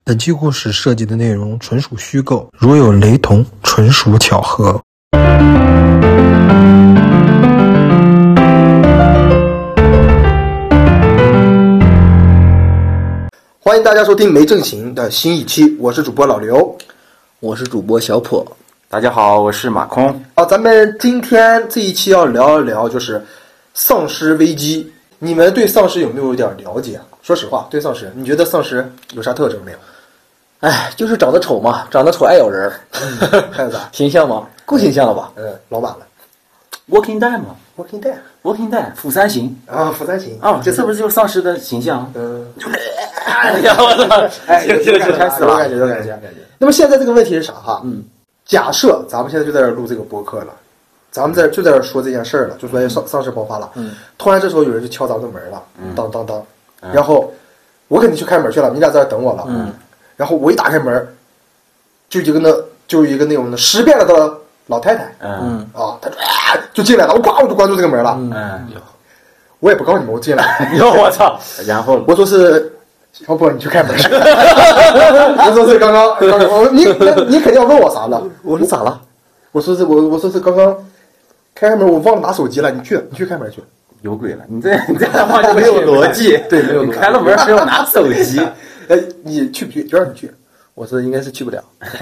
本期故事涉及的内容纯属虚构，如有雷同，纯属巧合。 欢迎大家收听没正形的新一期，我是主播老刘， 我是主播小破。 大家好，我是马空。 咱们今天这一期要聊一聊就是丧尸危机。你们对丧尸有没有点了解？说实话，对丧尸，你觉得丧尸有啥特征没有？ 就是长得丑嘛，长得丑爱咬人。 还有啥？ 形象吗？够形象了吧？ 老板了。 Walking Dead 嘛 ，Walking Dead， 釜山行啊，釜山行啊，这是不是就是丧尸的形象？ 哎呀，我操！开始了，有感觉。那么现在这个问题是啥哈？假设咱们现在就在这录这个播客了，咱们就在这说这件事儿了，就说丧尸爆发了。突然这时候有人就敲咱们的门了，当当当，然后我肯定去开门去了，你俩在这等我了。然后我一打开门，就一个那种尸变了的老太太。她就进来了，我就关注这个门了。我也不告诉你们我进来了。 我操！然后我说是小波，你去开门。我说是刚刚你肯定要问我啥了？ 我说咋了？ 我说是刚刚开门，我忘了拿手机了。你去开门去。 有鬼了！你这话就没有逻辑。 对，没有逻辑。 你开了门还要拿手机。 你去不去？就让你去。 我说应该是去不了。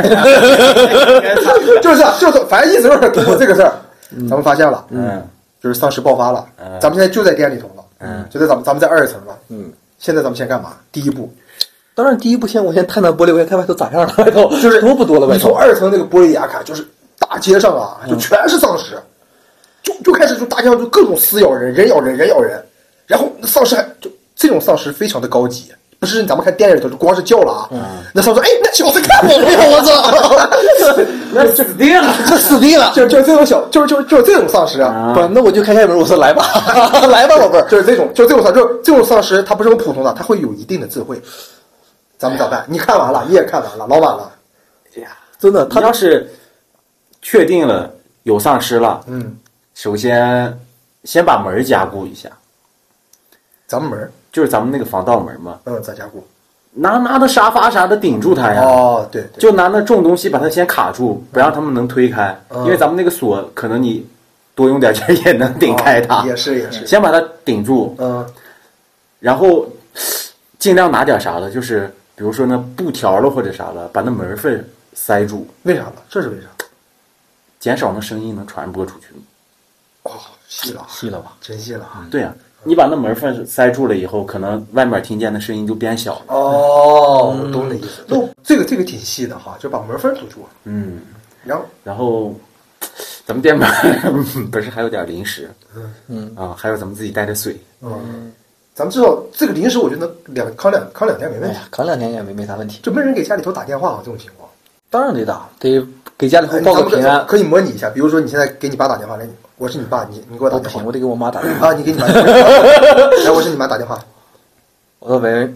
就是，反正意思就是通过这个事儿，咱们发现了，就是丧尸爆发了。咱们现在就在店里头了，就在咱们在20层了。现在咱们先干嘛？第一步， 当然第一步我先探探玻璃，我先看外头咋样了。外头就是多不多了？外头你从20层那个玻璃底下看，就是大街上啊，就全是丧尸，就开始就大街上就各种撕咬人，人咬人，然后丧尸就这种丧尸非常的高级。不是咱们看电影里头就光是叫了啊，那丧尸那小子看我没有？我操， 那死定了， 这死定了！就是这种就是这种丧尸啊！ 不，那我就开门，我说来吧，来吧，宝贝儿。 就是这种丧尸，它不是很普通的，它会有一定的智慧。咱们咋办？你看完了，你也看完了，老板了。 哎呀，真的，他要是确定了有丧尸了，首先把门加固一下。 咱们门就是咱们那个防盗门嘛。 咋加固？ 拿的沙发啥的顶住它呀。 对， 就拿那重东西把它先卡住，不让他们能推开。因为咱们那个锁可能你多用点劲也能顶开它。 也是。 先把它顶住。然后尽量拿点啥的，就是比如说那布条了或者啥的，把那门缝塞住。 为啥呢？这是为啥？ 减少那声音能传播出去。 细了吧？真细了。 对呀。你把那门缝塞住了以后，可能外面听见的声音就变小了。 我懂你意思。这个挺细的哈，就把门缝堵住。然后，咱们店门不是还有点零食？还有咱们自己带的水。咱们知道这个零食，我觉得扛两天没问题。 扛2天也没啥问题。 就没人给家里头打电话啊，这种情况。 当然得打，得给家里头报个平安。 可以模拟一下，比如说你现在给你爸打电话来，我是你爸，你给我打电话。 不行，我得给我妈打电话。 你给你妈打电话。来，我是你妈打电话。 我说喂。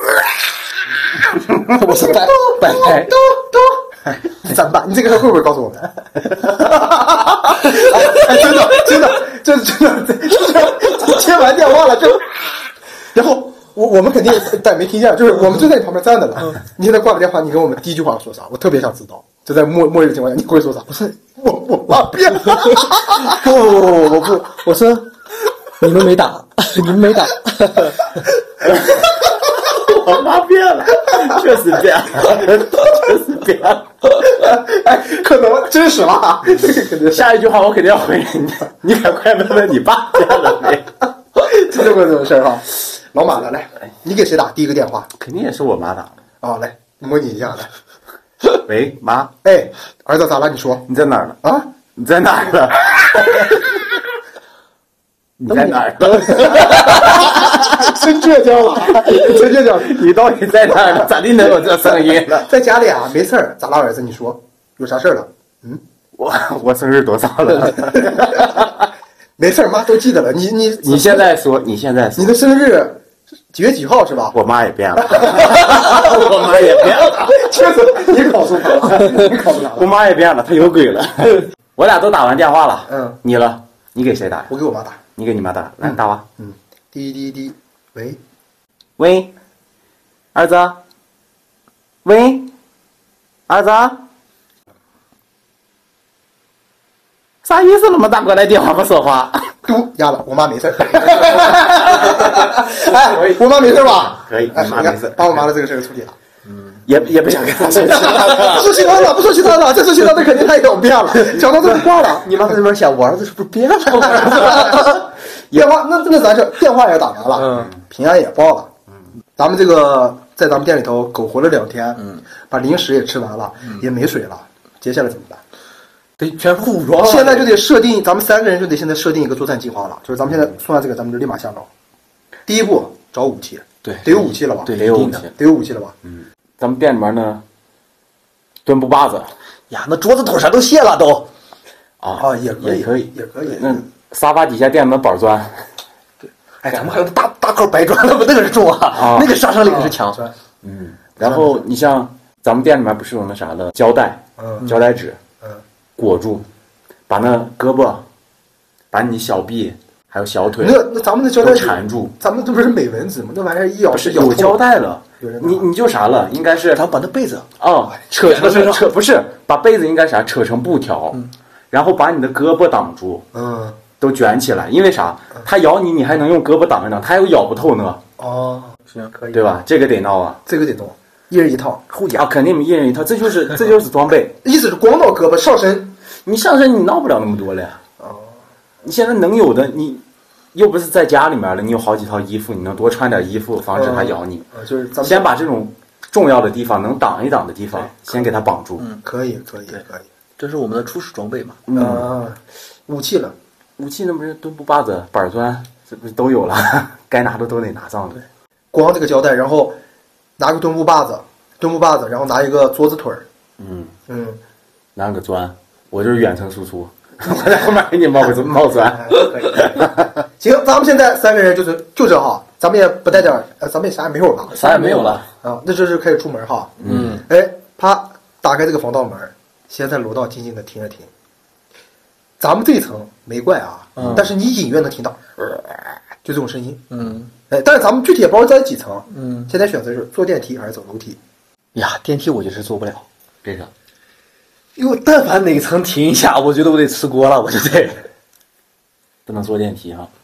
我说拜。 咋办？你这个事会不会告诉我们？真的，接完电话了然后我们肯定但没听见，就是我们就在你旁边站着了。你现在挂个电话，你跟我们第一句话说啥？我特别想知道。就在末日的情况下，你会说啥？我说我妈变了。 不，我说你们没打。 我妈变了，确实变了。 可能真实了。 下一句话我肯定要回你赶快问问你爸变了没？ 这种事儿哈。老马了，来，你给谁打第一个电话？ 肯定也是我妈打的。 来，模拟一下来。 喂，妈。 儿子咋了？你说。 你在哪儿了？你在哪儿了？你在哪儿了？ 真倔强了，真倔强！ 你到底在哪儿了？咋地能有这声音了？ 在家里啊，没事儿。咋了，儿子？你说有啥事儿了？ 我生日多少了？ 没事儿，妈都记得了。你现在说，你的生日几月几号是吧？ 我妈也变了。我妈也变了。 确实，你考出他了。 我妈也变了，她有鬼了。我俩都打完电话了。你了？你给谁打？ 我给我妈打。 你给你妈打。来，打吧。 滴滴滴，喂， 儿子， 儿子，啥意思？那么大过来电话不说话？ 嘟压了，我妈没事。哎，我妈没事吧？ 可以， 哎， 妈没事， 把我妈的这个事儿处理了。 也不想跟他说不说其他的，不说其他的，再说其他的肯定他也要变了，讲到这挂了。 你妈在那边想，我儿子是不是变了？ 电话那咱这电话也打完了，平安也报了，咱们这个在咱们店里头苟活了2天，把零食也吃完了，也没水了，接下来怎么办？ 得全副武装了。 现在就得设定，咱们3个人就得现在设定一个作战计划了，就是咱们现在送完这个，咱们就立马下手。第一步找武器， 对， 得有武器了吧？ 对，得有武器， 得有武器了吧？ 咱们店里面呢，墩布把子呀，那桌子头啥都卸了都。 啊，也可以。 那沙发底下垫的板砖， 哎，咱们还有大块白砖了，不那个是重啊，那个杀伤力是强。 然后你像咱们店里面不是有那啥的胶带，胶带纸，裹住，把那胳膊，把你小臂还有小腿， 那咱们的胶带都缠住， 咱们这不是美蚊子吗？那玩意儿一咬是有胶带了，你就啥了？应该是咱们把那被子扯成不是把被子应该啥扯成布条，然后把你的胳膊挡住，都卷起来，因为啥？它咬你，你还能用胳膊挡一挡，它又咬不透呢。 哦，行，可以， 对吧？这个得闹啊， 这个得弄，一人一套护甲， 肯定一人一套，这就是装备。 意思是光到胳膊上身， 你上身你闹不了那么多了呀。你现在能有的，你又不是在家里面了，你有好几套衣服，你能多穿点衣服，防止它咬你。 就是咱们先把这种重要的地方能挡一挡的地方，先给它绑住。 可以。 这是我们的初始装备嘛。 武器了， 武器那不是墩布把子、板砖，这不是都有了？该拿的都得拿上了。 光这个胶带，然后拿个墩布把子，然后拿一个桌子腿儿， 拿个砖，我就是远程输出，我在后面给你冒砖。 可以。行，咱们现在3个人就这哈，咱们也不带点咱们也啥也没有了， 啥也没有了啊，那这是开始出门哈。啪，打开这个防盗门，先在楼道静静的听着听。咱们这一层没怪啊，但是你隐约能听到，就这种声音。但是咱们具体也不知道在几层。现在选择是坐电梯还是走楼梯。 呀，电梯我就是坐不了。 这个， 因为但凡哪层停一下，我觉得我得吃锅了，我就得不能坐电梯哈。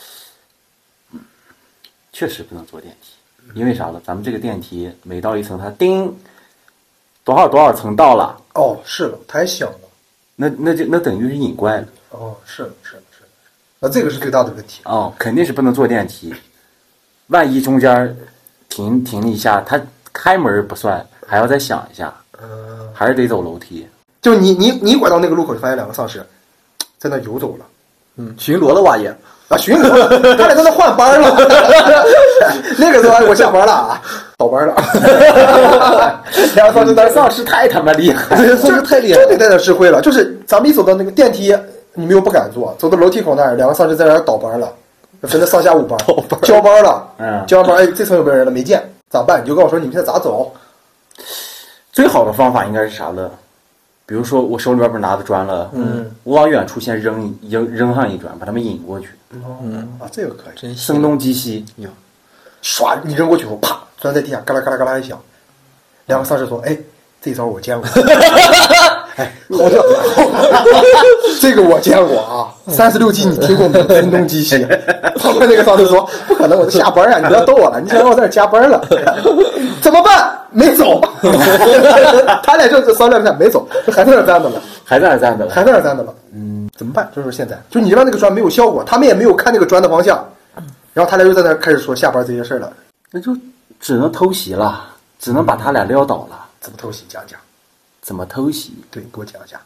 确实不能坐电梯，因为啥了？咱们这个电梯每到一层，它叮，多少层到了？ 哦，是了，太响了。 那等于是引怪了。 哦，是了，那这个是最大的问题。 肯定是不能坐电梯。万一中间停一下，它开门不算，还要再响一下，还是得走楼梯。 就你拐到那个路口，就发现2个丧尸在那游走了。 巡逻了哇也啊，巡逻，他俩在那换班了。那个时候我下班了啊，倒班了。 2个丧尸，但丧尸太他妈厉害， 丧尸太厉害，就得带点智慧了。就是咱们一走到那个电梯，你们又不敢坐，走到楼梯口那儿，2个丧尸在那儿倒班了，分的上下5班，交班了。交班，哎，这层有没有人了？没见，咋办？你就跟我说你们现在咋走？ 最好的方法应该是啥了？比如说我手里边不是拿着砖了，我往远处先扔上一砖，把他们引过去。 这个可以， 真声东击西。 唰，你扔过去后，啪，砖在地下嘎啦嘎啦嘎啦一响。2个丧尸说：“哎，这招我见过。”哎，好的，这个我见过啊。36计你听过没有？声东击西。旁边那个丧尸说：“不可能，我都下班啊！你不要逗我了，你想让我在这加班了，怎么办？没走。”他俩就商量一下，没走，还在那站着了， 还在那站着了。 怎么办？就是现在，就你让那个砖没有效果，他们也没有看那个砖的方向，然后他俩又在那开始说下班这些事了， 那就只能偷袭了，只能把他俩撂倒了。 怎么偷袭？讲讲。 怎么偷袭？ 对，给我讲讲。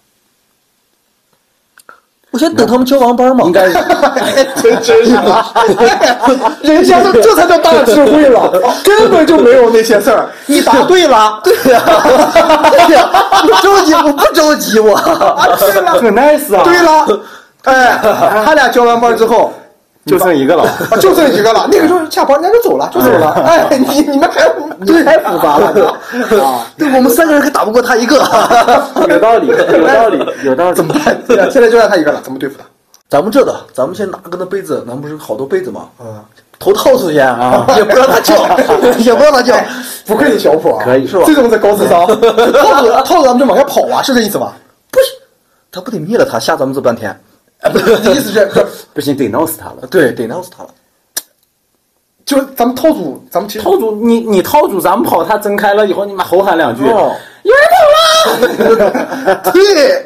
我先等他们交完班嘛。 应该真是啊！人家这才叫大智慧了，根本就没有那些事儿。你答对了， 对呀，你着急我不着急我。 对了， 很 nice 啊。 对了，哎，他俩交完班之后。 就剩一个了， 就剩一个了。那个时候下班，人家就走了，就走了。哎，你们太复杂了啊！ 对，我们3个人还打不过他一个。 有道理。 怎么办？现在就让他一个了，怎么对付他？ 咱们先拿个那杯子，咱们不是好多杯子吗？ 头套出去啊，也不让他叫，也不让他叫， 不愧是小伙啊， 可以是吧？这种在高智商，套着咱们就往下跑啊，是这意思吧？ 不是，他不得灭了他，吓咱们这半天。 不是，意思是不行，得弄死他了。 对，得弄死他了。 就是咱们套住，咱们其实套住你套住，咱们跑，他睁开了以后，你妈吼喊2句，有人跑了， 对，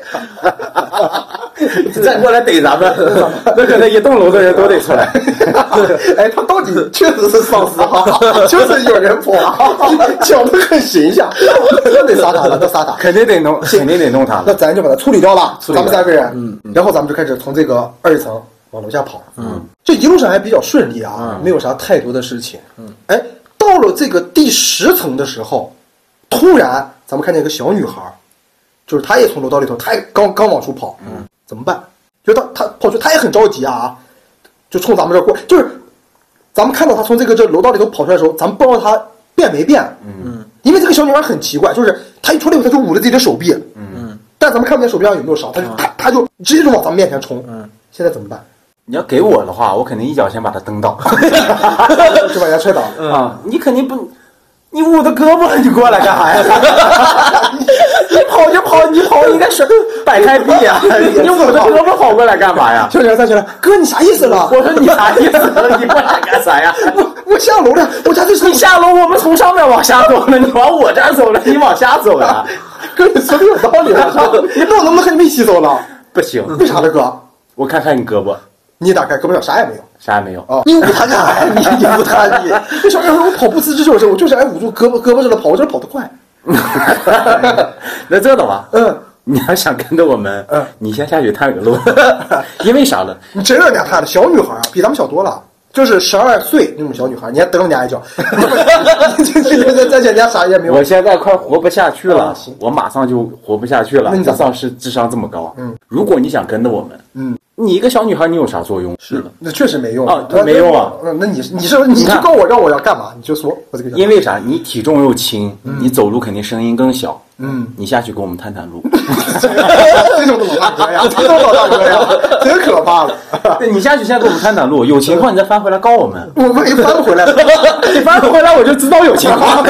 再过来逮咱们，那可能一栋楼的人都得出来。 哎，他到底确实是丧尸哈，就是有人跑，讲得很形象，那得杀他了，那杀他， 肯定得弄，肯定得弄他了。 那咱就把他处理掉了，咱们3个人，然后咱们就开始从这个20层往楼下跑，这一路上还比较顺利啊，没有啥太多的事情，哎，到了这个第10层的时候，突然咱们看见一个小女孩，就是她也从楼道里头，她也刚往出跑，怎么办？就她跑出，她也很着急啊，就冲咱们这儿过，就是咱们看到她从这楼道里头跑出来的时候，咱们不知道她变没变，因为这个小女孩很奇怪，就是她一出来以后，她就捂着自己的手臂，但咱们看不见手臂上有没有伤，她就直接就往咱们面前冲，现在怎么办？ 你要给我的话，我肯定一脚先把他蹬倒， 就把人家踹倒啊！你肯定不，你捂着胳膊你过来干啥呀？你跑就跑，你跑应该是摆开臂啊！你捂着胳膊跑过来干嘛呀？ 小女孩站起来，哥你啥意思了？ 我说你啥意思？你过来干啥呀？ 我下楼了，我家就是你下楼，我们从上面往下走了，你往我这儿走了，你往下走呀？ 哥你说的有道理啊！你那我能不能和你们一起走了？ 不行， 为啥呢哥？ 我看看你胳膊。 你打开胳膊上啥也没有， 啥也没有。 哦， 你捂他干啥？你捂他， 这小女孩说我跑步姿势就是我就是捂住胳膊这了跑，我这跑得快。 那这的吧，你要想跟着我们，你先下去探个路，因为啥呢？ 你真让人家探的小女孩啊，比咱们小多了。就是12岁那种小女孩，你还蹬人家一脚，再人家啥也没有。 我现在快活不下去了，我马上就活不下去了。这丧尸智商这么高，如果你想跟着我们，你一个小女孩，你有啥作用？ 是的， 那确实没用啊，没用啊。 那你就告我让我要干嘛？你就说我这个。 因为啥？你体重又轻，你走路肯定声音更小。你下去跟我们探探路。 这种老大哥呀，这种老大哥呀，真可怕了。 你下去先跟我们探探路，有情况你再翻回来告我们。 我万一翻不回来， 你翻不回来我就知道有情况。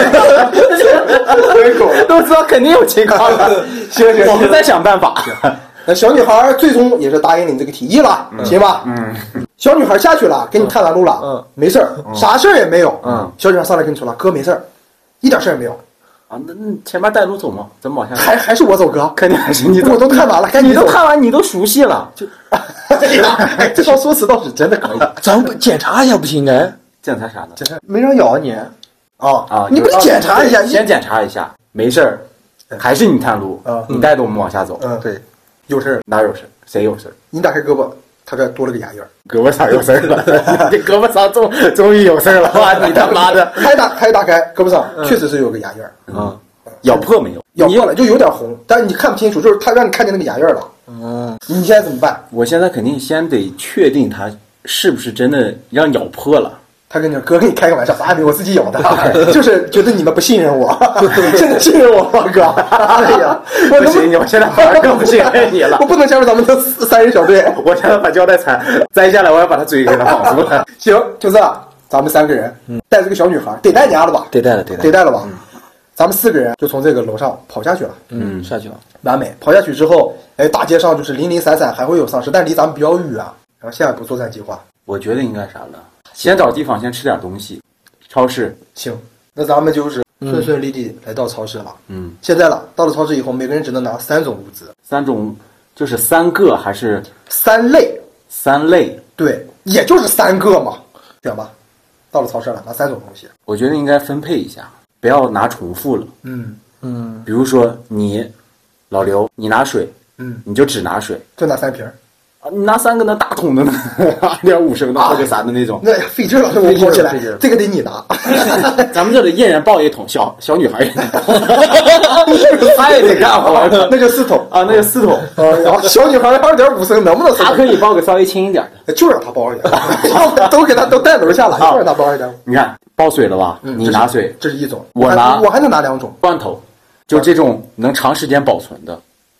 都知道肯定有情况了。行，我们再想办法。 那小女孩最终也是答应了你这个提议了，行吧？小女孩下去了，给你探完路了，没事儿，啥事儿也没有。小女孩上来跟你说了，哥没事儿，一点事儿也没有。 啊，那前面带路走吗？怎么往下？ 还是我走，哥， 肯定还是你走。 我都看完了， 你都看完，你都熟悉了，就。 这套说辞倒是真的可以。 咱们检查一下不行哎？ 检查啥呢？ 检查没人咬你。 啊，你不得检查一下？ 先检查一下，没事儿，还是你探路，你带着我们往下走。 对，有事儿哪有事儿？谁有事儿？ 你打开胳膊，他这多了个牙印儿。 胳膊上有事儿了？这胳膊上终于有事儿了哇！你他妈的！ 还打开胳膊上，确实是有个牙印儿。 咬破没有？ 咬破了，就有点红，但是你看不清楚，就是他让你看见那个牙印儿了。你现在怎么办？ 我现在肯定先得确定他是不是真的让咬破了。 他跟你说：“哥，跟你开个玩笑，啥也没有，我自己咬的，就是觉得你们不信任我，真的信任我吗，哥？哎呀， 不行，我现在反而更不信任你了。 我不能加入咱们的3人小队。 我现在把胶带摘下来，我要把他嘴给他绑住了。 行，就这，咱们3个人带这个小女孩，得带家了吧？ 得带了吧？咱们4个人就从这个楼上跑下去了。 下去了， 完美。跑下去之后，哎，大街上就是零零散散，还会有丧尸，但离咱们比较远。然后下一步作战计划， 我觉得应该啥呢？先找地方先吃点东西，超市。 行，那咱们就是顺利利来到超市了。现在了，到了超市以后，每个人只能拿3种物资。 3种就是3个还是 3类 ？3类。 对，也就是3个嘛，对吧？到了超市了，拿3种东西。 我觉得应该分配一下，不要拿重复了。比如说你，老刘，你拿水，你就只拿水， 就拿3瓶。 你拿3个那大桶的呢，2.5升的或者啥的那种， 那费劲了，我跑起来，这个得你拿。 咱们这里一人抱一桶，小女孩也能抱，她也得干活， 那就4桶啊，那就4桶。 然后小女孩2.5升能不能？ 她可以抱个稍微轻一点的， 就让她抱一点，都给她都带楼下了，就让她抱一点。 你看抱水了吧？你拿水， 这是1种， 我还能拿 2种罐头，就这种能长时间保存的。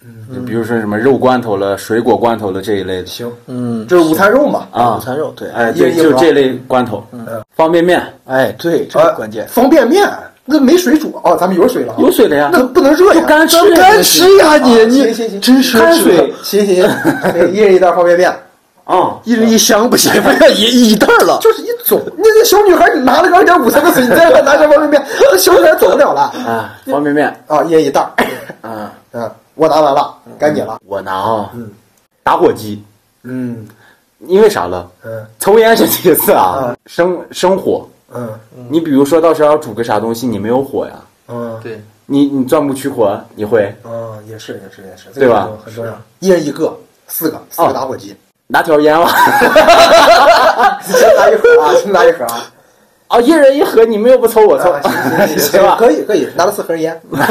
比如说什么肉罐头了、水果罐头了这一类的。 行，这是午餐肉嘛？ 午餐肉对， 哎，对，就这类罐头。方便面， 哎，对，这是关键。 方便面那没水煮哦，咱们有水了， 有水的呀， 那不能热呀， 干吃干吃呀你行， 真是开水， 行，一人一袋方便面。 一人一箱不行，不要一袋了， 就是一走，那小女孩你拿了个2.5升的水，你再给她拿箱方便面，那小女孩走不了了啊。方便面啊，一人一袋。我拿完了，该你了。 我拿打火机。因为啥了？抽烟是其次啊，生火。你比如说到时候要煮个啥东西，你没有火呀。 对， 你钻木取火，你会？ 也是， 对吧？ 很重要，一人一个，4个打火机。 拿条烟了， 先拿一盒啊！ 哦，一人一盒，你们又不抽我抽， 行吧？可以，拿了4盒烟。你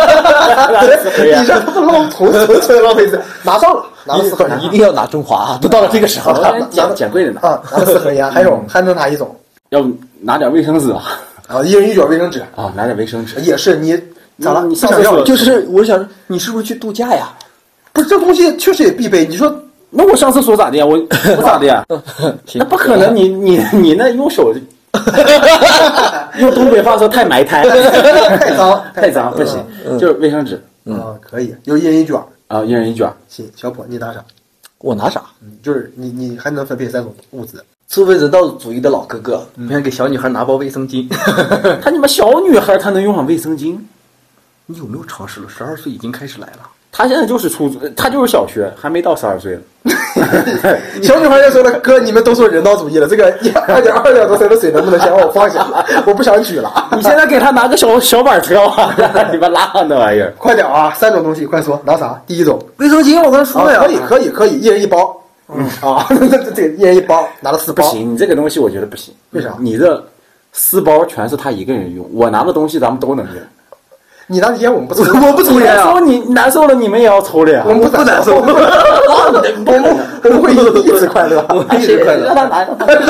这不浪投浪费资，拿上了，拿了4盒烟， 一定要拿中华，都到了这个时候了， 捡贵的拿啊，拿了4盒烟，还能拿一种， 要拿点卫生纸吧？ 啊，一人一卷卫生纸啊，拿点卫生纸也是你咋了？ 你上厕所就是我想你是不是去度假呀？ 不是这东西确实也必备，你说。 那我上厕所咋的呀？我咋的呀？那不可能，你那用手用东北话说太埋汰，太脏不行，就是卫生纸。 可以，有一人一卷啊，一人一卷。 行，小伙你拿啥？ 我拿啥？ 就是你还能分配3种物资。 作为人道主义的老哥哥，你看给小女孩拿包卫生巾， 他你妈小女孩她能用上卫生巾？ 你有没有尝试了？12岁已经开始来了。 他现在就是他就是小学，还没到12岁了。 小女孩就说了：“哥，你们都说人道主义了，这个2.2多升的水能不能先让我放下？我不想举了。” 你现在给他拿个小板车吧，你们拉上那玩意儿。 快点啊！3种东西，快说，拿啥？第一种卫生巾，我刚说了呀。 可以，一人一包。这一人一包，拿了4包。 不行，你这个东西我觉得不行。 为啥？ 你这4包全是他一个人用，我拿的东西咱们都能用。 你拿的烟我们不抽， 我不抽烟啊！ 说你难受了，你们也要抽的呀。 我们不难受，我们会一直快乐， 一直快乐。 让他拿。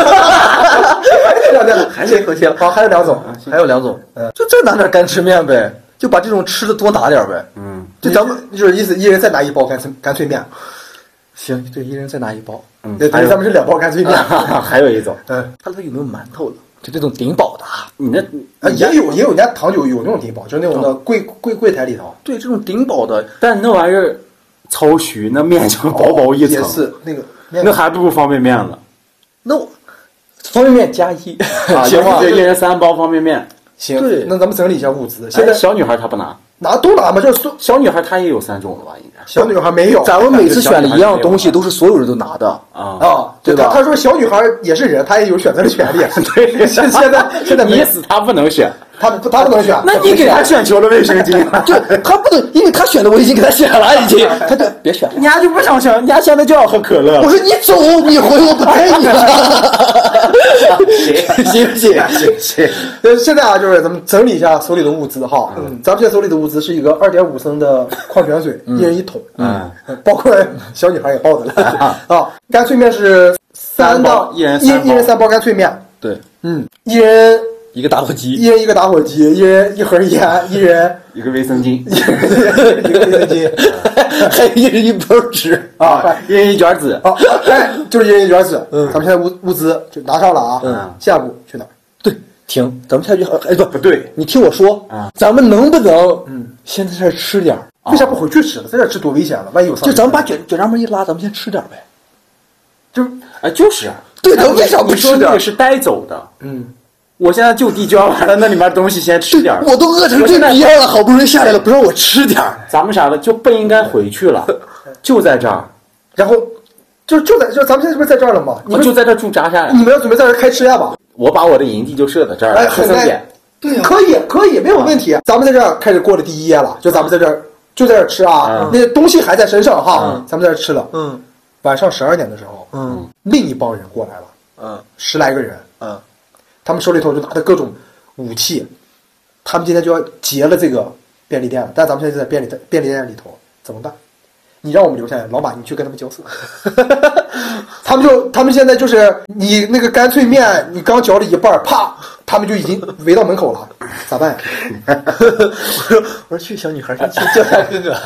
还是一口气了。好，还有2种， 就再拿点干吃面呗，就把这种吃的多拿点呗。 就咱们就是意思，一人再拿1包干脆面。 行，对，一人再拿1包。 对，咱们是2包干脆面。 还有一种， 他有没有馒头了？就这种顶饱的， 你那也有人家糖酒有那种顶饱，就是那种的柜台里头。 对，这种顶饱的， 但那玩意儿超虚，那面就薄薄一层， 也是那个， 那还不如方便面了。 那我方便面加1， 行吧？一人3包方便面。 行，对，那咱们整理一下物资。现在小女孩她不拿， 都拿嘛，就是小女孩她也有3种了吧？应该小女孩没有。 咱们每次选的一样东西都是所有人都拿的对吧？他说小女孩也是人，她也有选择的权利。 对， 现在你死她不能选， 她不能选。 那你给她选求了卫生巾， 对，她不能，因为她选的我已经给她选了，已经，她就别选了。 人家就不想选，人家现在就要喝可乐。 我说你走，你回我不带你了。行不行？ 现在啊，就是咱们整理一下手里的物资哈。咱们现在手里的物资是一个2.5升的矿泉水，一人1桶。包括小女孩也抱着了干脆面是3到一人 3包干脆面。 对， 一人一个打火机， 一人一个打火机，一人1盒烟，一人一个卫生巾， 一个卫生巾， 还一人1包纸一人1卷纸。 就是一人1卷纸。咱们现在物资就拿上了啊。下一步去哪儿？ 对，停，咱们下去。 不对， 你听我说咱们能不能先在这儿吃点？ 为啥不回去吃了？在这儿吃多危险了，万一有啥？ 就咱们把卷闸门一拉，咱们先吃点呗。 就是对，咱们为啥不吃点？ 那个是带走的。我现在就地交完了，那里面东西先吃点。 我都饿成这逼样了，好不容易下来了，不让我吃点。 咱们啥的就不应该回去了，就在这儿。 然后就咱们现在不是在这儿了吗？ 你们就在这驻扎下来。 你们要准备在这开吃呀吧？ 我把我的营地就设在这儿了， 很点。对呀，可以，没有问题。咱们在这儿开始过了第1夜了，就咱们在这儿就在这儿吃啊。那东西还在身上哈，咱们在这儿吃了。晚上12点的时候，另一帮人过来了，10来个人，他们手里头就拿着各种武器，他们今天就要劫了这个便利店了。但咱们现在就在便利店里头，怎么办？ 你让我们留下来，老马你去跟他们交涉。他们现在就是你那个干脆面，你刚嚼了一半，啪，他们就已经围到门口了，咋办？ 我说去小女孩去叫他哥哥。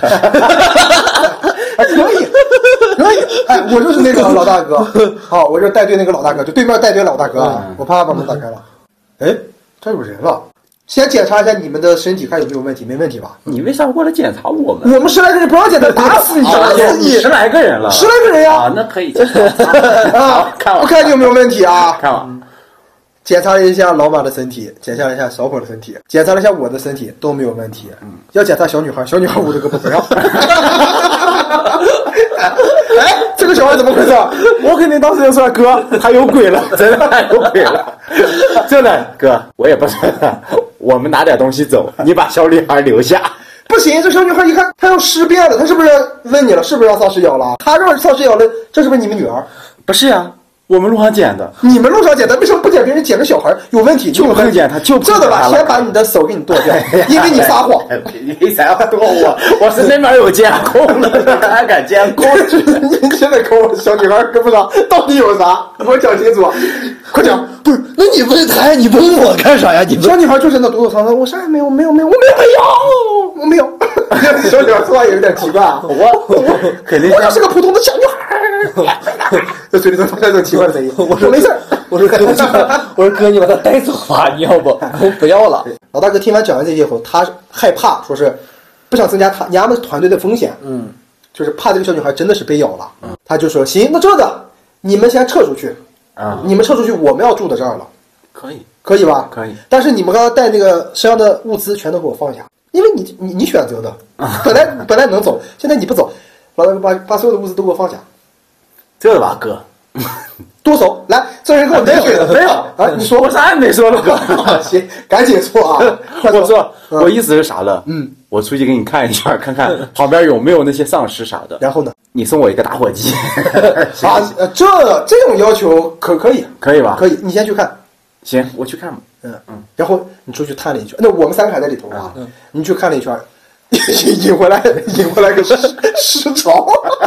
可以，哎，我就是那个老大哥，好，我就带队那个老大哥，就对面带队老大哥，我啪把门打开了，哎，这有人了，先检查一下你们的身体，看有没有问题，没问题吧？ 你为啥过来检查我们？ 我们10来个人不让检查，打死你，打死你 ！10来个人了 ，10来个人呀！ 啊，那可以啊， 看我看你有没有问题啊？ 看我。 检查了一下老马的身体，检查了一下小伙的身体，检查了一下我的身体，都没有问题。要检查小女孩我这个不让。哎，这个小孩怎么回事？ 我肯定当时就说哥，他有鬼了，真的他有鬼了。真的哥，我也不说了，我们拿点东西走，你把小女孩留下。 不行，这小女孩一看她要尸变了，她是不是问你了？是不是让丧尸咬了？她让丧尸咬了，这是不是你们女儿？ 不是呀。我们路上捡的， 你们路上捡的，为什么不捡别人捡个小孩？有问题就碰见他，就这的吧，先把你的手给你剁掉，因为你撒谎。 你才要剁我是那边有监控的，还敢监控？ 你现在跟我小女孩跟不上，到底有啥？我讲清楚，快讲！ 不是，那你问他呀？你问我干啥呀？你小女孩就是那躲躲藏藏，我啥也没有，我没有。小女孩说话也有点奇怪啊， 我肯定我就是个普通的小女孩。这嘴里头发出这种奇怪的声音。我说没事， 我说哥，你把他带走吧，你要不我不要了。 老大哥听完讲完这些后，他害怕，说是不想增加你们团队的风险，就是怕这个小女孩真的是被咬了，他就说行，那这个你们先撤出去，你们撤出去，我们要住到这儿了，可以吧？ 可以。 但是你们刚刚带那个身上的物资全都给我放下，因为你选择的，本来能走，现在你不走，老大哥把所有的物资都给我放下。 这吧哥， 剁手来，这人跟我没有啊！你说我啥也没说了哥， 行，赶紧说啊！ 我说我意思是啥了？我出去给你看一下，看看旁边有没有那些丧尸啥的。 然后呢？ 你送我一个打火机啊！这种要求可以吧？ 可以，你先去看。 行，我去看吧。 然后你出去探了一圈，那我们3个还在里头啊。你去看了一圈，引回来个尸潮。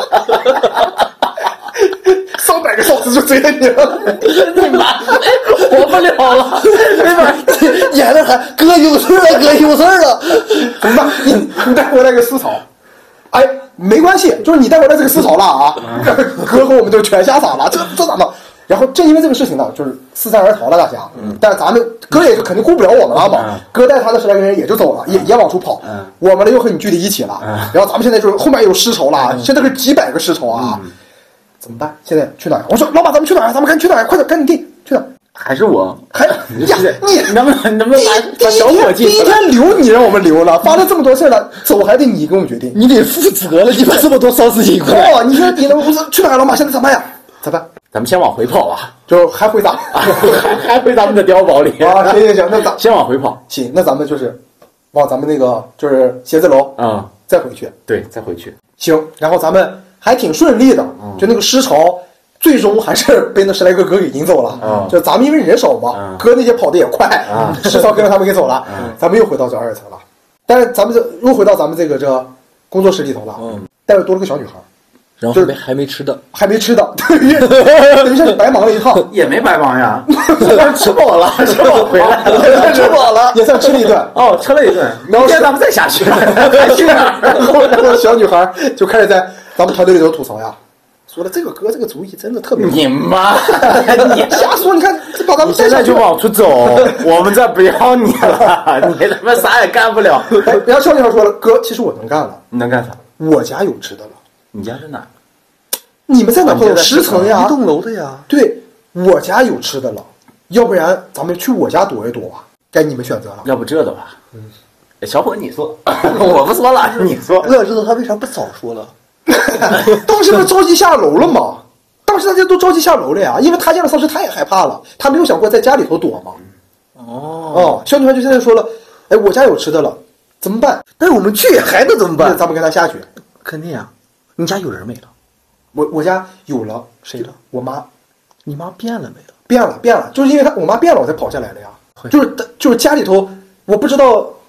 上百个丧尸就追着你了， 你妈活不了了，那边演的还哥有事了， 怎么办？你带回来个尸潮，哎，没关系，就是你带回来这个尸潮了啊，哥和我们就全吓傻了，这咋弄？然后正因为这个事情呢，就是四散而逃了大家，但是咱们哥也就肯定顾不了我们了嘛，哥带他的10来个人也就走了，也往出跑，我们呢又和你聚在一起了，然后咱们现在就是后面有尸潮了，现在是几百个尸潮啊。怎么办？现在去哪儿？我说老马，咱们去哪儿？咱们赶紧去哪儿？快点，赶紧定，去哪儿？ 还是我？ 呀，你能不能把小伙计？ 第一天留你让我们留了，发生这么多事了，走还得你给我们决定， 你得负责了，你把这么多丧尸引过来。 你说你能不是去哪儿了吗？现在咋办呀？咋办？ 咱们先往回跑吧， 就还回咋？ 还回咱们的碉堡里啊？行，那咱先往回跑。 行，那咱们就是往咱们那个就是写字楼再回去。 对，再回去。 行，然后咱们还挺顺利的，就那个尸潮。最终还是被那10来个哥给引走了，就咱们因为人少嘛，哥那些跑得也快，尸潮跟着他们给走了，咱们又回到这2层了。但是咱们又回到咱们这工作室里头了，但是多了个小女孩， 然后还没吃的， 等于是白忙了一趟， 也没白忙呀，吃饱了回来了， 吃饱了也算吃了一顿， 吃了一顿，明天咱们再下去，还去哪儿？ 然后小女孩就开始在咱们团队里头吐槽呀。说的这个哥这个主意真的特别好， 你妈！ 你瞎说！你看，把咱们现在就往出走，我们这不要你了，你他妈啥也干不了。 然后小女孩说了：“哥，其实我能干了。 你能干啥？ 我家有吃的了。 你家是哪？ 你们在哪碰到10层呀？ 一栋楼的呀。 对，我家有吃的了。要不然咱们去我家躲一躲吧，该你们选择了。 要不这的吧？小伙你说，我不说了，你说。 我知道他为啥不早说了。” 当时不是着急下楼了吗？当时大家都着急下楼了呀，因为他见了丧尸，他也害怕了，他没有想过在家里头躲嘛。小女孩就现在说了，哎，我家有吃的了，怎么办？ 但是我们去还能怎么办？ 咱们跟他下去。 肯定呀。你家有人没了？ 我家有了， 谁的？ 我妈。 你妈变了没了？ 变了，就是因为我妈变了，我才跑下来了呀。就是家里头，我不知道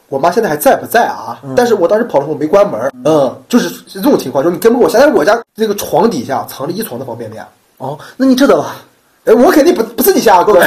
我妈现在还在不在啊？但是我当时跑的时候没关门，就是这种情况，就是你根本我现在我家那个床底下藏着1床的方便面。 哦，那你知道吧？ 我肯定不自己下，各位。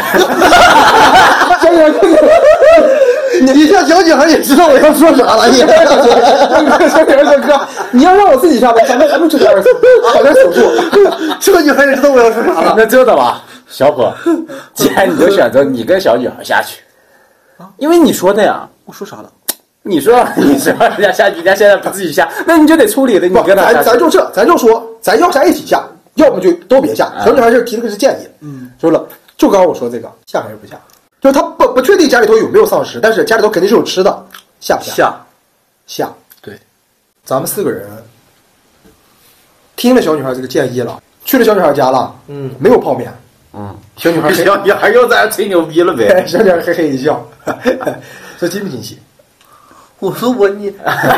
你像小女孩也知道我要说啥了，你小女孩说哥，你要让我自己下吧，咱们还没出点好点手术。这个女孩也知道我要说啥了。 那知道吧，小伙，既然你就选择你跟小女孩下去，因为你说的呀， 我说啥了？ 你说人家下，人家现在不自己下，那你就得处理的，你跟他下。 咱就说，咱要下一起下，要么就都别下。小女孩这提了个是建议，说了，就刚刚我说这个，下还是不下？就是他不确定家里头有没有丧尸，但是家里头肯定是有吃的，下不下？下。 对， 咱们4个人听了小女孩这个建议了，去了小女孩家了，没有泡面，小女孩又在吹牛逼了呗， 小女孩嘿嘿一笑，说惊不惊喜？ 我说你，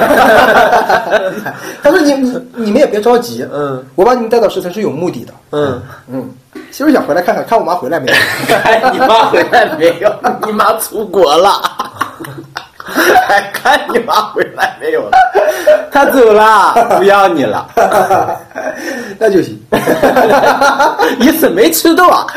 他说你们也别着急，我把你们带到石城是有目的的，其实想回来看看我妈回来没有？ 你妈回来没有？你妈出国了，还看你妈回来没有了？她走了，不要你了， 那就行。 你是没吃到啊？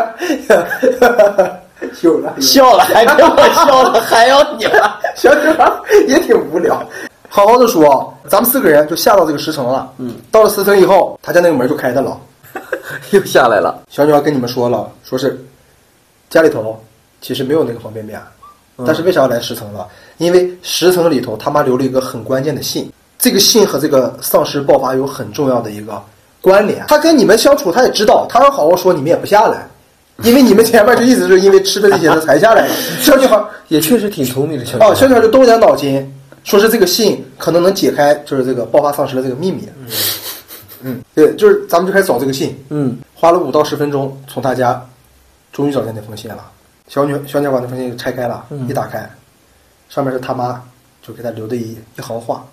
笑了，还给我笑了，还要你了？ 小女孩也挺无聊。好好的说，咱们4个人就下到这个石城了。到了石城以后，他家那个门就开着了， 又下来了。 小女孩跟你们说了，说是家里头其实没有那个方便面，但是为啥要来石城了？因为石城里头他妈留了一个很关键的信，这个信和这个丧尸爆发有很重要的一个关联。他跟你们相处，他也知道，他要好好说，你们也不下来。因为你们前面就一直是因为吃了这些的才下来的。小女孩也确实挺聪明的， 小女孩就动点脑筋，说是这个信可能能解开就是这个爆发丧尸的这个秘密。对，就是咱们就开始找这个信。花了5到10分钟，从他家终于找见那封信了。小女孩把那封信拆开了，一打开，上面是他妈就给他留的一行话。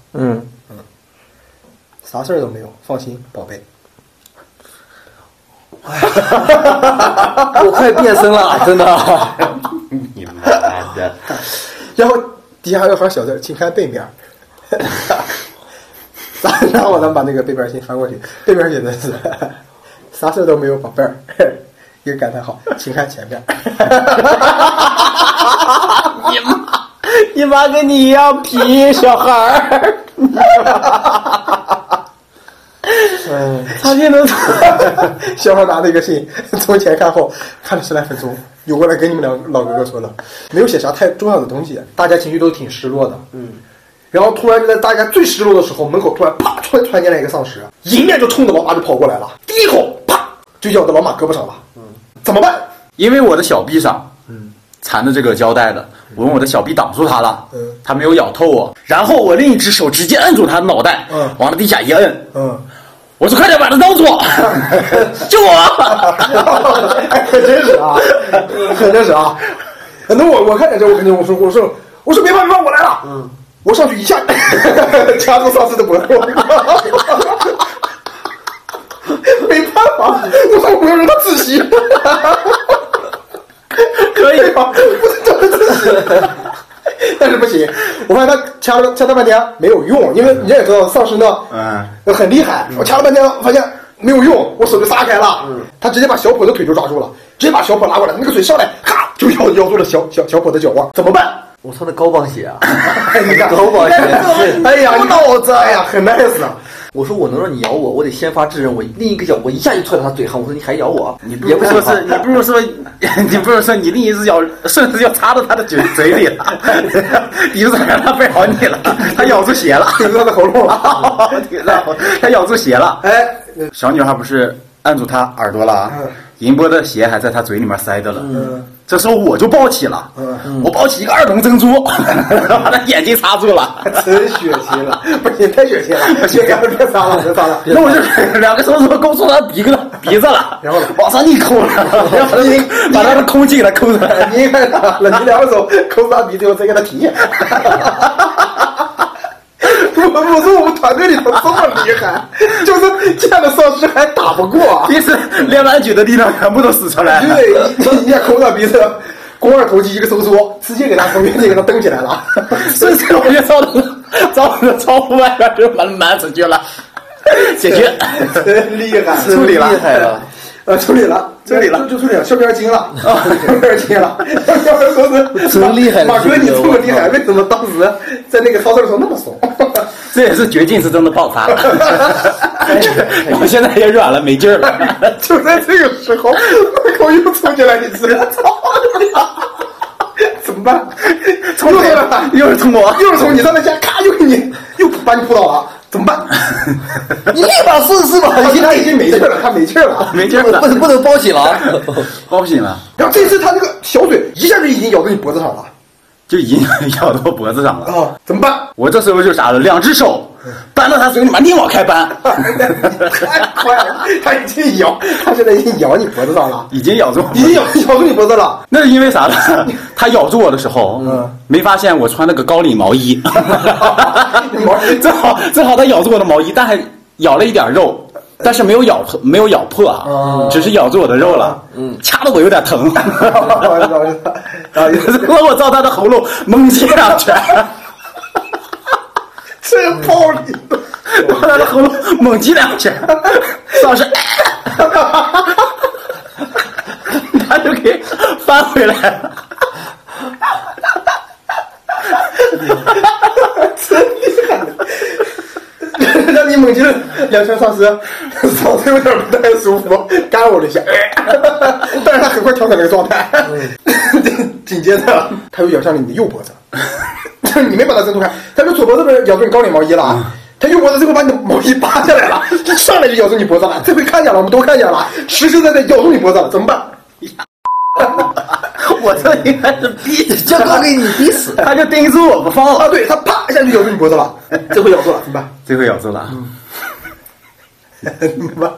啥事儿都没有，放心，宝贝。 我快变身了，真的。 你妈的！ 然后底下还有行小字，请看背面。然后咱们把那个背面信翻过去，背面写的是啥事都没有，宝贝儿，一个感叹号，请看前面。 你妈跟你一样皮，小孩儿。他这能小孩拿那个信从前看后看了10来分钟，有过来跟你们老哥哥说了，没有写啥太重要的东西，大家情绪都挺失落的。然后突然就在大家最失落的时候，门口突然啪窜进来一个丧尸，迎面就冲着老马就跑过来了，第一口啪就咬到老马胳膊上了。怎么办？ 因为我的小臂上缠着这个胶带的，我用我的小臂挡住他了，他没有咬透我。然后我另一只手直接摁住他的脑袋，往他地下一摁，我说快点把他捞住，救我！ 可真是啊，可真是啊。那我看见这，我肯定我说别怕，我来了。我上去一下掐住丧尸的脖子。没办法，我说我要让他窒息。 可以吗？ 不是窒息。但是不行，我发现他掐他半天没有用，因为你也知道丧尸呢，很厉害。我掐了半天，发现没有用，我手就撒开了。他直接把小伙的腿就抓住了，直接把小伙拉过来，那个腿上来，咔就咬住了小伙的脚腕。怎么办？ 我穿的高帮鞋啊！ 你看高帮鞋， 哎呀，你脑子，哎呀，很 nice 啊！ 我说我能让你咬我，我得先发制人，我另一个脚我一下就踹到他嘴上。我说你还咬我？ 你不如说你另一只脚甚至要插到他的嘴里了，你就让他背好你了，他咬住血了， 顶到他的喉咙了， 他咬住血了。小女孩不是按住他耳朵了啊？银波的鞋还在他嘴里面塞着了。这时候我就抱起了，我抱起一个2龙珍珠，把他眼睛插住了， 真血腥了，不行，太血腥了，不行，别撒了。 那我就2个手指头勾住他鼻子了，然后往上一抠了，然后把他的空气给他抠出来。 你看了，你2个手抠住他鼻子，我再给他提下。我说我们团队里头这么厉害，就是见了丧尸还打不过， 其实练完举的力量全部都使出来了。 对，你也抠到鼻子， 肱二头肌一个收缩，直接给他从原地给他蹬起来了。 所以这个我就照着窗户外边就满出去了，解决， 厉害， 处理了，厉害了。 处理了，就处理了，削边筋了，削边筋了。要不然说是真厉害， 马哥你这么厉害，为什么当时在那个超市的时候那么怂？ 这也是绝境之中的爆发。我现在也软了，没劲儿了。 就在这个时候，门口又冲进来一只，怎么办？冲进来了， 又是从我， 又是从你上面家，咔就给你又把你扑倒了。怎么办？ 你立马试吧！ 他已经没劲了，他没劲了， 没劲了， 不能包醒了， 包不醒了。 然后这次他那个小嘴一下就已经咬到你脖子上了， 就已经咬到我脖子上了。 啊，怎么办？ 我这时候就傻了，2只手扳到他嘴里面，立马开扳。 太快了，他已经咬，他现在已经咬你脖子上了， 已经咬住， 已经咬住你脖子了。 那是因为啥呢？他咬住我的时候，没发现我穿那个高领毛衣，正好他咬住我的毛衣，但还咬了一点肉，但是没有咬破啊，只是咬住我的肉了，掐得我有点疼，然后我照他的喉咙猛击2拳。 这个暴力， 我他的喉咙猛击2拳，丧尸，他就给翻回来了。 真厉害！让你猛击了2拳丧尸，嗓子有点不太舒服，干呕了一下，但是他很快调整那个状态。紧接着他又咬向了你的右脖子。你没把他挣脱开，他就左脖子不是咬住你高领毛衣了，他右脖子这回把你的毛衣扒下来了，上来就咬住你脖子了，这回看见了，我们都看见了，实实在在咬住你脖子了，怎么办？ 我这应该是就交给你逼死， 他就盯住我不放了。 啊，对，他啪一下就咬住你脖子了，这回咬住了，怎么办？ 这回咬住了， 怎么办？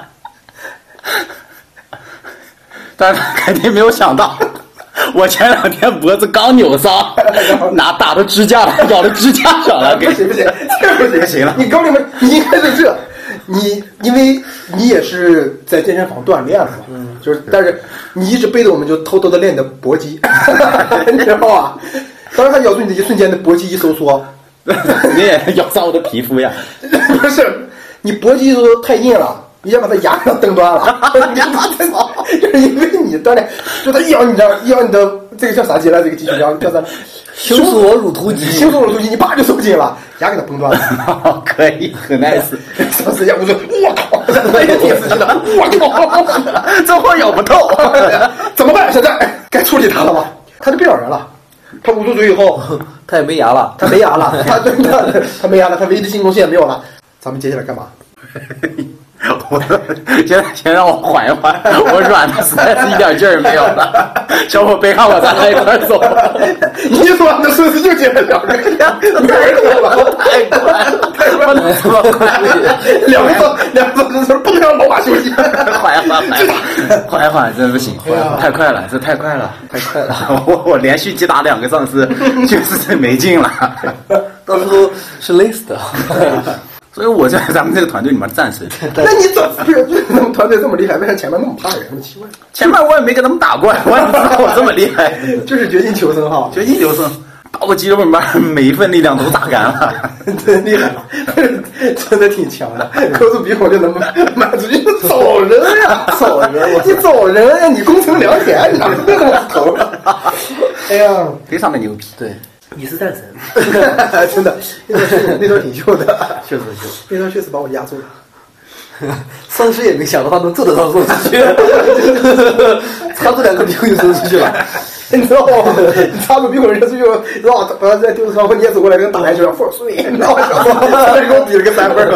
但是他肯定没有想到。我前2天脖子刚扭伤，拿打到指甲了，咬到指甲上了。 不行，这不行了。 你高领毛，你应该是这，因为你也是在健身房锻炼了嘛，就是但是你一直背着我们就偷偷的练你的搏击，你知道吧？当时他咬住你的一瞬间，的搏击一收缩， 你也咬伤我的皮肤呀？ 不是，你搏击的时候太硬了。你先把他牙给蹬断了，就是因为你锻炼，就他一咬你这样，一咬你的这个叫啥肌来？这个肌群叫啥？ 胸锁乳突肌， 你啪就收紧了，牙给他崩断了。 可以，很 nice。 上次咬不住，我靠，我也挺死的，我靠， 这话咬不透， 怎么办？现在该处理他了吧？他就变咬人了，他捂住嘴以后， 他也没牙了， 他没牙了，他没牙了，他唯一的进攻线也没有了。咱们接下来干嘛？ 我先让我缓一缓，我软的实在是一点劲儿没有了。小伙背上我，咱俩一块走。 你说那顺势就接了2个，太快了，太快了， 这么快两个字不能让老马休息， 缓一缓，真不行，太快了，这太快了。我连续击打2个丧尸，就是没劲了。 到时候是累死的。 所以我在咱们这个团队里面战神。 那你怎么咱们团队这么厉害？为啥前面那么怕人，那么奇怪？ 前面我也没跟他们打过，我也不知道我这么厉害。 就是绝境求生哈， 绝境求生，把我肌肉里面每一份力量都打干了， 真厉害了，真的挺强的，抠住鼻孔就能满足你走人呀，你走人呀，你攻城良田，你哪那么头？哎呀， 非常的牛逼， 对。你是战神， 真的，那段挺秀的， 确实秀， 那段确实把我压住了。 丧尸也没想到他能做得到送出去，他这2个鼻孔就扔出去了， 你知道吗？你插住鼻孔扔出去，然后把他在丢上，你也走过来跟打篮球一样，4岁，你知道吗？他给我比了个3分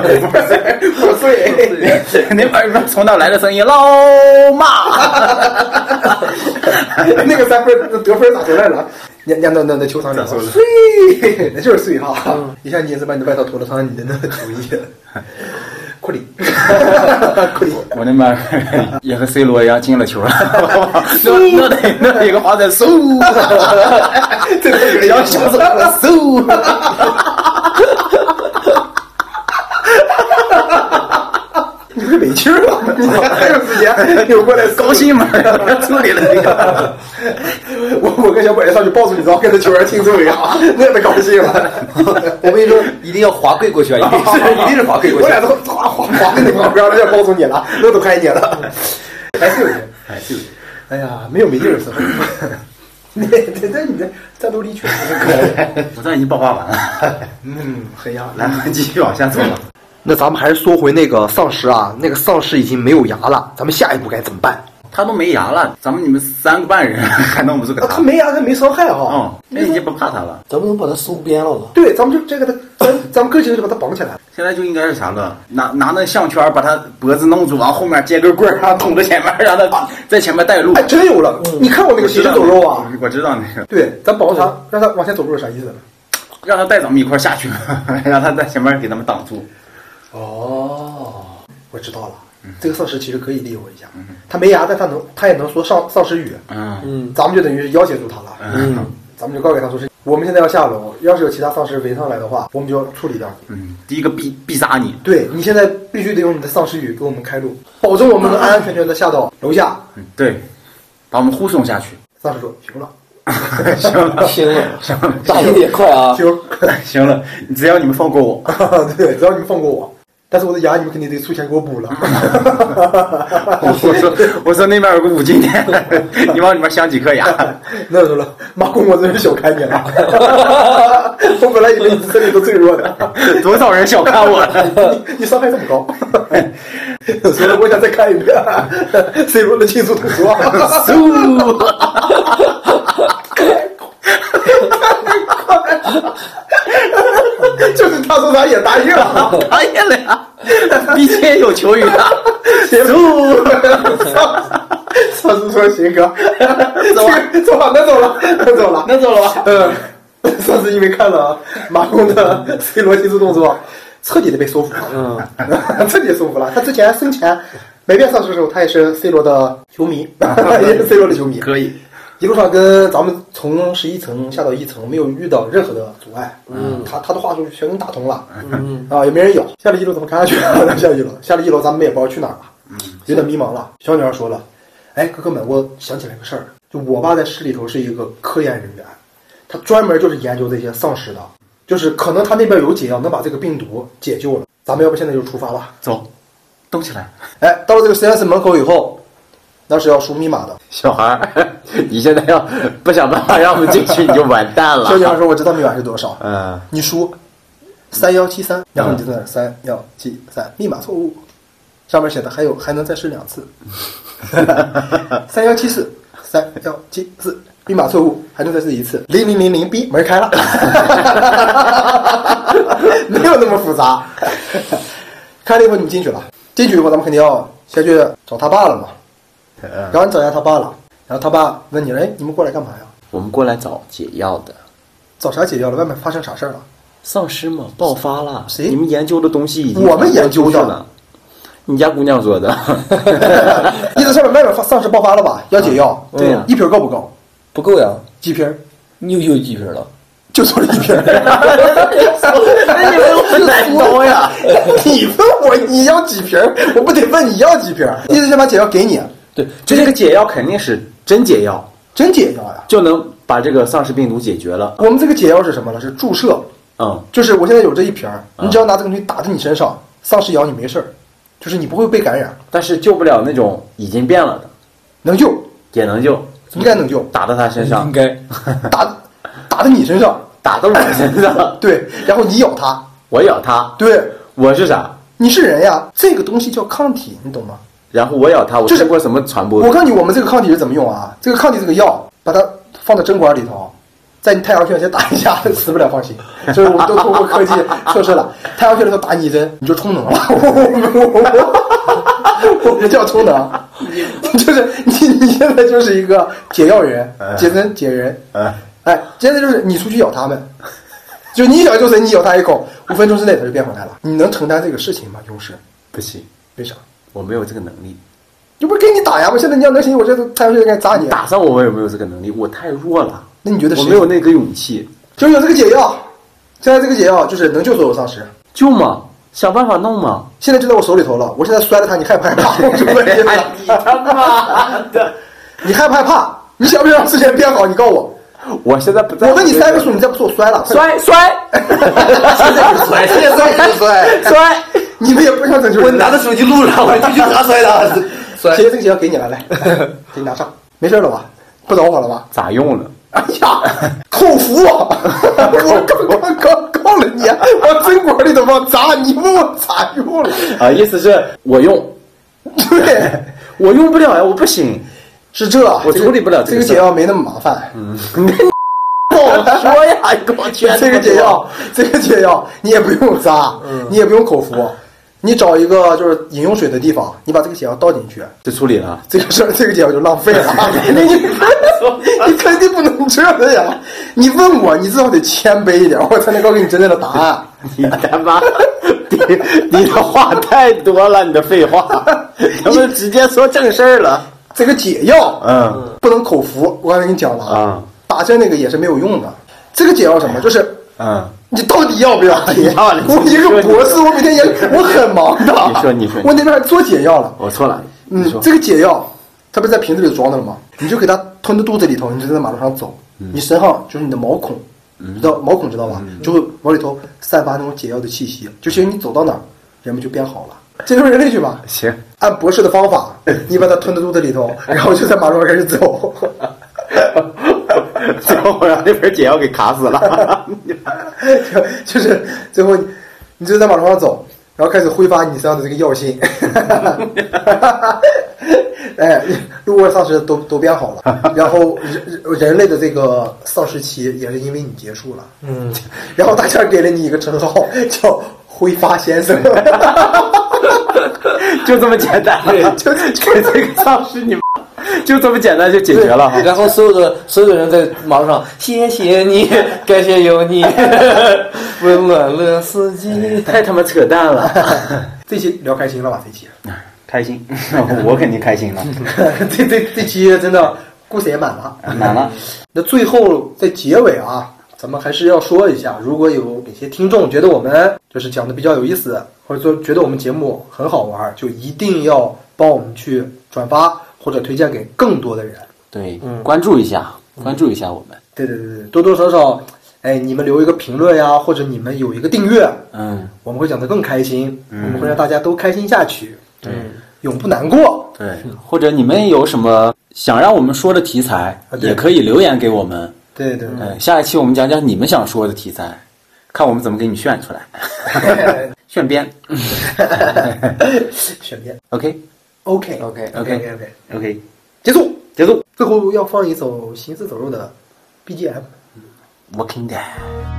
，4岁， 那边从哪来的声音？老马， 那个3分得分打出来了。那球场里说碎，那就是碎哈！一下你也是把你的外套脱了，穿你的那个球衣，库里， 我那边也和 C 罗一样进了球了，那得一个花在嗖， 这个要小子嗖，你不是没气儿吗？你还有时间扭过来高兴嘛？处理了这个， 我跟小鬼上去抱住你，然后跟着球员庆祝一样，那么高兴了。 我跟你说，一定要滑跪过去啊，一定是滑跪过去。 我俩都滑跟你旁边了，要抱住你了，那都拍你了。还是有点，哎呀，没有没劲儿的时候。你这战斗力确实是可以。 我这已经爆发完了。 很压。 来，继续往下走了。 那咱们还是说回那个丧尸啊，那个丧尸已经没有牙了，咱们下一步该怎么办？ 他都没牙了，咱们你们3个半人还弄不住个他没牙，他没伤害哈。 那已经不怕他了。 咱们能把他收编了？ 对，咱们就这个咱们哥几个就把他绑起来。 现在就应该是啥了？拿那项圈把他脖子弄住，然后后面接根棍儿，然后捅着前面，让他在前面带路。 哎，真有了！你看我那个行尸走肉啊！ 我知道那个。 对，咱绑他，让他往前走路是啥意思呢？ 让他带咱们一块下去，让他在前面给他们挡住。 哦，我知道了。这个丧尸其实可以利用一下，他没牙，但他也能说丧尸语，咱们就等于是要挟住他了，咱们就告给他说是我们现在要下楼，要是有其他丧尸围上来的话，我们就要处理掉你。 第一个必杀你。 对，你现在必须得用你的丧尸语给我们开路，保证我们能安安全全的下到楼下。 对，把我们护送下去。 丧尸说行了。 行了，打一点快啊！ 行了，只要你们放过我。 对，只要你们放过我。但是我的牙你们肯定得出钱给我补了。 我说那边有个5金店，你往里面镶几颗牙。 那了，马公我真是小看你了。我本来以为你身体都最弱的， 多少人小看我了？ 你伤害这么高。所以我想再看一遍 C 罗的庆祝动作。就是他说他也答应了， 答应了呀，毕竟有求于他。 上次说行哥，走吧，能走了。吧？上次因为看了马龙的 C 罗庆祝动作，彻底的被说服了。彻底说服了。他之前生前没变丧尸的时候，他也是 C 罗的球迷，也是 C 罗的球迷。 可以。 一路上跟咱们从11层下到1层，没有遇到任何的阻碍。他的话术全给你打通了。也没人咬。下了1楼怎么看下去？下了1楼，咱们也不知道去哪儿了，有点迷茫了。小女孩说了：“哎，哥哥们，我想起来个事儿，就我爸在市里头是一个科研人员，他专门就是研究这些丧尸的，就是可能他那边有解药能把这个病毒解救了。咱们要不现在就出发吧？ 走，动起来！ 哎，到了这个实验室门口以后。”那是要输密码的， 小孩儿，你现在要不想办法让我们进去，你就完蛋了。 小女孩说：“我知道密码是多少。”你输3173，然后你就在那3173，密码错误，上面写的还能再试2次。3174，3174，密码错误，还能再试1次。0000B，门开了，没有那么复杂。开了以后你们进去了，进去以后咱们肯定要先去找他爸了嘛。然后你找一下他爸了，然后他爸问你：“哎，你们过来干嘛呀？” 我们过来找解药的。 找啥解药了？外面发生啥事儿了？ 丧尸嘛，爆发了。 谁？ 你们研究的东西已经我们研究的。 你家姑娘说的。 意思是外面丧尸爆发了吧？要解药。 对呀。 1瓶够不够？ 不够呀。 几瓶？ 你有几瓶了？ 就做了1瓶。 那你问我难刀呀？ 你问我你要几瓶？我不得问你要几瓶？意思是把解药给你。 对，这个解药肯定是真解药， 真解药呀， 就能把这个丧尸病毒解决了。 我们这个解药是什么呢？是注射。就是我现在有这1瓶，你只要拿这个东西打在你身上，丧尸咬你没事儿，就是你不会被感染。 但是救不了那种已经变了的， 能救， 也能救， 应该能救。 打到他身上， 应该打在你身上， 打到我身上。 对，然后你咬他， 我咬他。 对， 我是啥？ 你是人呀。这个东西叫抗体，你懂吗？ 然后我咬它，我通过什么传播？ 我告诉你，我们这个抗体是怎么用啊？这个抗体这个药，把它放在针管里头，在你太阳穴先打一下，死不了，放心。所以我们都通过科技测试了，太阳穴里头打你1针，你就充能了。我们叫充能，就是你现在就是一个解药人，解针解人。哎，现在就是你出去咬他们，就你咬就是你咬他一口，5分钟之内它就变回来了。你能承担这个事情吗，勇士？ 不行， 为啥？ 我没有这个能力。 就不是给你打呀？我现在你要能行，我这太阳穴该砸你。 打上我也没有这个能力，我太弱了。 那你觉得我没有那个勇气？ 就有这个解药，现在这个解药就是能救所有丧尸。 救吗？想办法弄吗？ 现在就在我手里头了。我现在摔了它，你害不害怕？ 你他妈的！ 你害不害怕？ 你想不想让事情变好？你告诉我。 我现在不在。 我问你3个数，你再不说我摔了。 摔。 现在就摔，现在摔。 你们也不想拯救人。 我拿着手机录了，我就去他摔的。摔。 这个解药给你了，来，给你拿上。没事了吧？不着火了吧？ 咋用了？ 哎呀，口服！我刚告了你，往针管里头往砸，你问我咋用了？ 啊，意思是我用。 对， 我用不了呀，我不行。 是这， 我处理不了这个解药没那么麻烦。 说呀，你给我劝这个解药你也不用扎，你也不用口服，你找一个就是饮用水的地方，你把这个解药倒进去就处理了。 这个解药就浪费了。你肯定不能这样呀！你问我，你至少得谦卑一点，我才能告诉你真正的答案。 你他妈，你的话太多了，你的废话，咱们直接说正事儿了。 这个解药，不能口服。我刚才跟你讲了啊，打针那个也是没有用的。这个解药什么？就是你到底要不要听？我一个博士，我每天我很忙的。 你说， 我那边还做解药了。 我错了。 这个解药，它不是在瓶子里装的了吗？你就给它吞到肚子里头，你就在马路上走，你身上就是你的毛孔，知道毛孔知道吧？就会往里头散发那种解药的气息，就其实你走到哪儿，人们就变好了。这就是人类学吧？ 行， 按博士的方法，你把它吞到肚子里头，然后就在马路上开始走。 最后我让那瓶解药给卡死了。 就是最后你就在马路上走，然后开始挥发你身上的这个药性。哎，路过丧尸都变好了，然后人类的这个丧尸期也是因为你结束了。然后大家给了你一个称号叫挥发先生。 就这么简单，就给这个丧尸你们就这么简单就解决了哈。 然后所有的人在马路上，谢谢你，感谢有你，温暖了司机， 太他妈扯淡了。 这期聊开心了吧？这期开心，我肯定开心了。 这期真的故事也满了， 满了。 那最后在结尾啊，咱们还是要说一下，如果有哪些听众觉得我们就是讲的比较有意思，或者说觉得我们节目很好玩，就一定要帮我们去转发或者推荐给更多的人。 对，关注一下我们。 对，多多少少，哎，你们留一个评论呀，或者你们有一个订阅，我们会讲得更开心，我们会让大家都开心下去，永不难过。 对，或者你们有什么想让我们说的题材，也可以留言给我们。 对， 下一期我们讲讲你们想说的题材，看我们怎么给你炫出来。炫编。 选编。 OK， 结束。最后要放一首行尸走肉的 BGM。Walking Dead。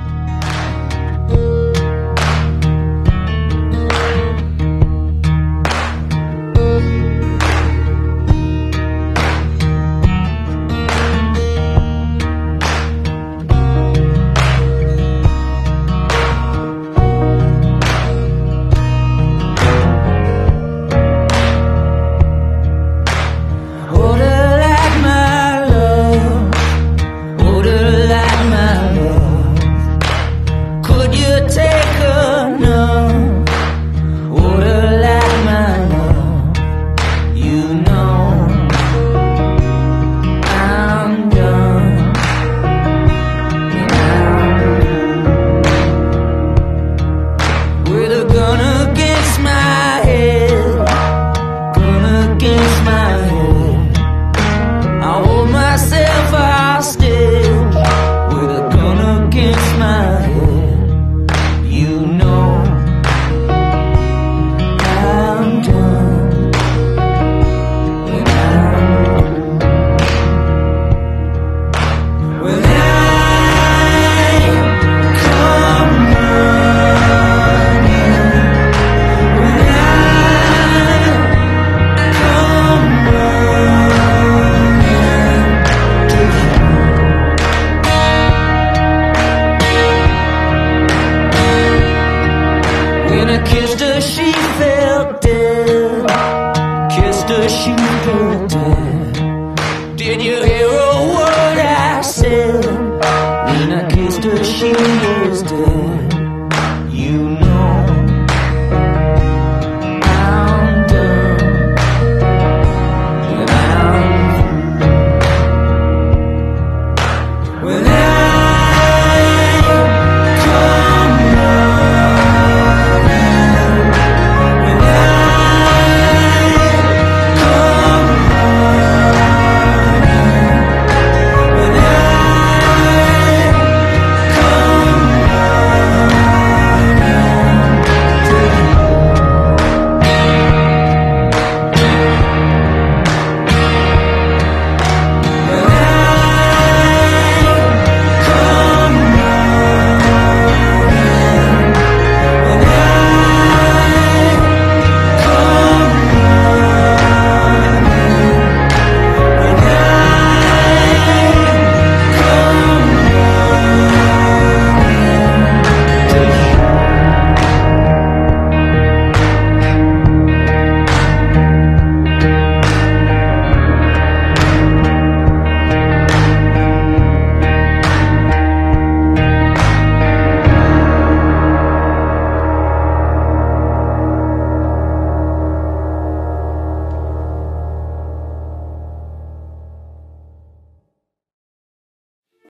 Did you hear a word I said? When I kissed her, she was dead.